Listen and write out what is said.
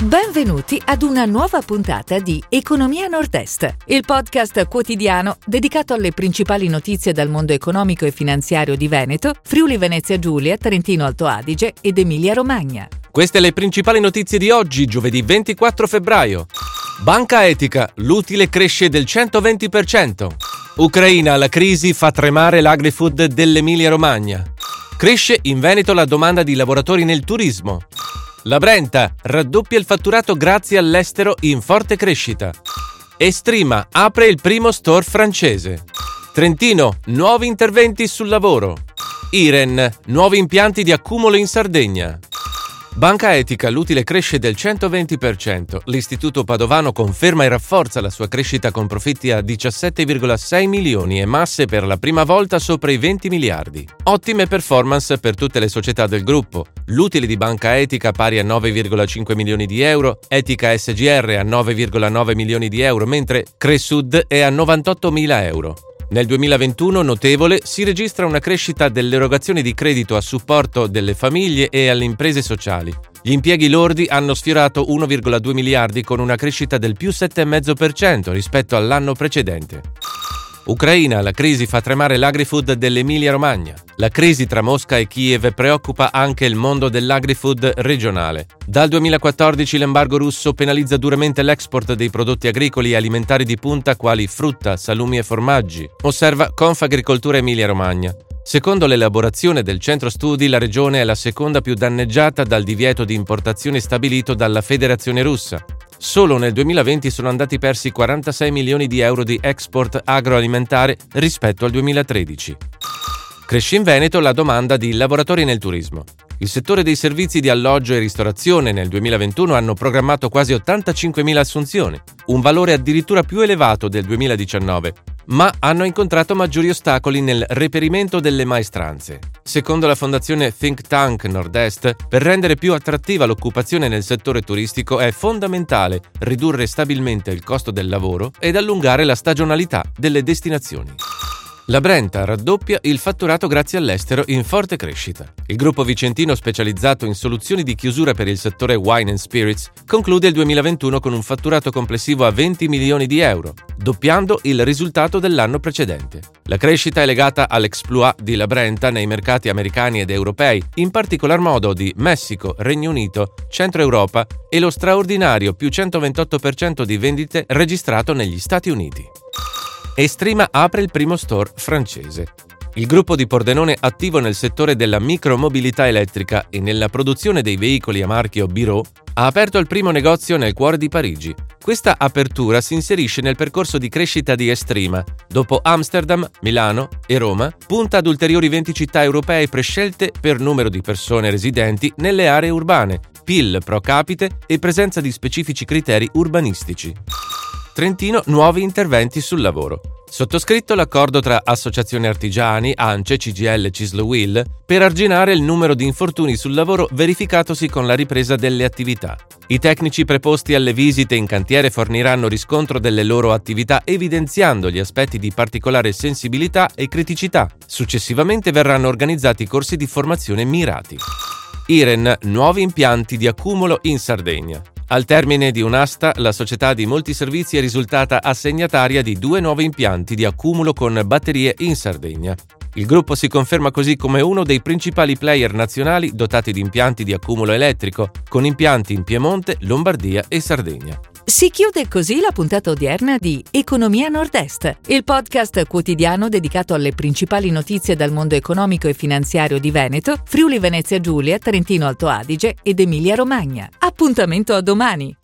Benvenuti ad una nuova puntata di Economia Nord-Est, il podcast quotidiano dedicato alle principali notizie dal mondo economico e finanziario di Veneto, Friuli Venezia Giulia, Trentino Alto Adige ed Emilia Romagna. Queste le principali notizie di oggi, giovedì 24 febbraio. Banca Etica, l'utile cresce del 120%. Ucraina, la crisi fa tremare l'agri-food dell'Emilia Romagna. Cresce in Veneto la domanda di lavoratori nel turismo. La Brenta raddoppia il fatturato grazie all'estero in forte crescita. Estrima apre il primo store francese. Trentino, nuovi interventi sul lavoro. Iren, nuovi impianti di accumulo in Sardegna. Banca Etica, l'utile cresce del 120%. L'Istituto Padovano conferma e rafforza la sua crescita con profitti a 17,6 milioni e masse per la prima volta sopra i 20 miliardi. Ottime performance per tutte le società del gruppo. L'utile di Banca Etica pari a 9,5 milioni di euro, Etica SGR a 9,9 milioni di euro, mentre Cresud è a 98.000 euro. Nel 2021, notevole, si registra una crescita dell'erogazione di credito a supporto delle famiglie e alle imprese sociali. Gli impieghi lordi hanno sfiorato 1,2 miliardi con una crescita del più 7,5% rispetto all'anno precedente. Ucraina, la crisi fa tremare l'agri-food dell'Emilia Romagna. La crisi tra Mosca e Kiev preoccupa anche il mondo dell'agri-food regionale. Dal 2014 l'embargo russo penalizza duramente l'export dei prodotti agricoli e alimentari di punta quali frutta, salumi e formaggi, osserva Confagricoltura Emilia Romagna. Secondo l'elaborazione del centro studi, la regione è la seconda più danneggiata dal divieto di importazione stabilito dalla Federazione Russa. Solo nel 2020 sono andati persi 46 milioni di euro di export agroalimentare rispetto al 2013. Cresce in Veneto la domanda di lavoratori nel turismo. Il settore dei servizi di alloggio e ristorazione nel 2021 hanno programmato quasi 85.000 assunzioni, un valore addirittura più elevato del 2019, ma hanno incontrato maggiori ostacoli nel reperimento delle maestranze. Secondo la fondazione Think Tank Nord-Est, per rendere più attrattiva l'occupazione nel settore turistico è fondamentale ridurre stabilmente il costo del lavoro ed allungare la stagionalità delle destinazioni. La Brenta raddoppia il fatturato grazie all'estero in forte crescita. Il gruppo vicentino specializzato in soluzioni di chiusura per il settore wine and spirits conclude il 2021 con un fatturato complessivo a 20 milioni di euro, doppiando il risultato dell'anno precedente. La crescita è legata all'exploit di La Brenta nei mercati americani ed europei, in particolar modo di Messico, Regno Unito, Centro Europa e lo straordinario più 128% di vendite registrato negli Stati Uniti. Estrima apre il primo store francese. Il gruppo di Pordenone, attivo nel settore della micromobilità elettrica e nella produzione dei veicoli a marchio Biro, ha aperto il primo negozio nel cuore di Parigi. Questa apertura si inserisce nel percorso di crescita di Estrima. Dopo Amsterdam, Milano e Roma, punta ad ulteriori 20 città europee prescelte per numero di persone residenti nelle aree urbane, PIL pro capite e presenza di specifici criteri urbanistici. Trentino, nuovi interventi sul lavoro. Sottoscritto l'accordo tra Associazione Artigiani, ANCE, CGIL e Cisl-UIL per arginare il numero di infortuni sul lavoro verificatosi con la ripresa delle attività. I tecnici preposti alle visite in cantiere forniranno riscontro delle loro attività evidenziando gli aspetti di particolare sensibilità e criticità. Successivamente verranno organizzati corsi di formazione mirati. Iren, nuovi impianti di accumulo in Sardegna. Al termine di un'asta, la società di multiservizi è risultata assegnataria di 2 nuovi impianti di accumulo con batterie in Sardegna. Il gruppo si conferma così come uno dei principali player nazionali dotati di impianti di accumulo elettrico, con impianti in Piemonte, Lombardia e Sardegna. Si chiude così la puntata odierna di Economia Nord-Est, il podcast quotidiano dedicato alle principali notizie dal mondo economico e finanziario di Veneto, Friuli Venezia Giulia, Trentino Alto Adige ed Emilia Romagna. Appuntamento a domani!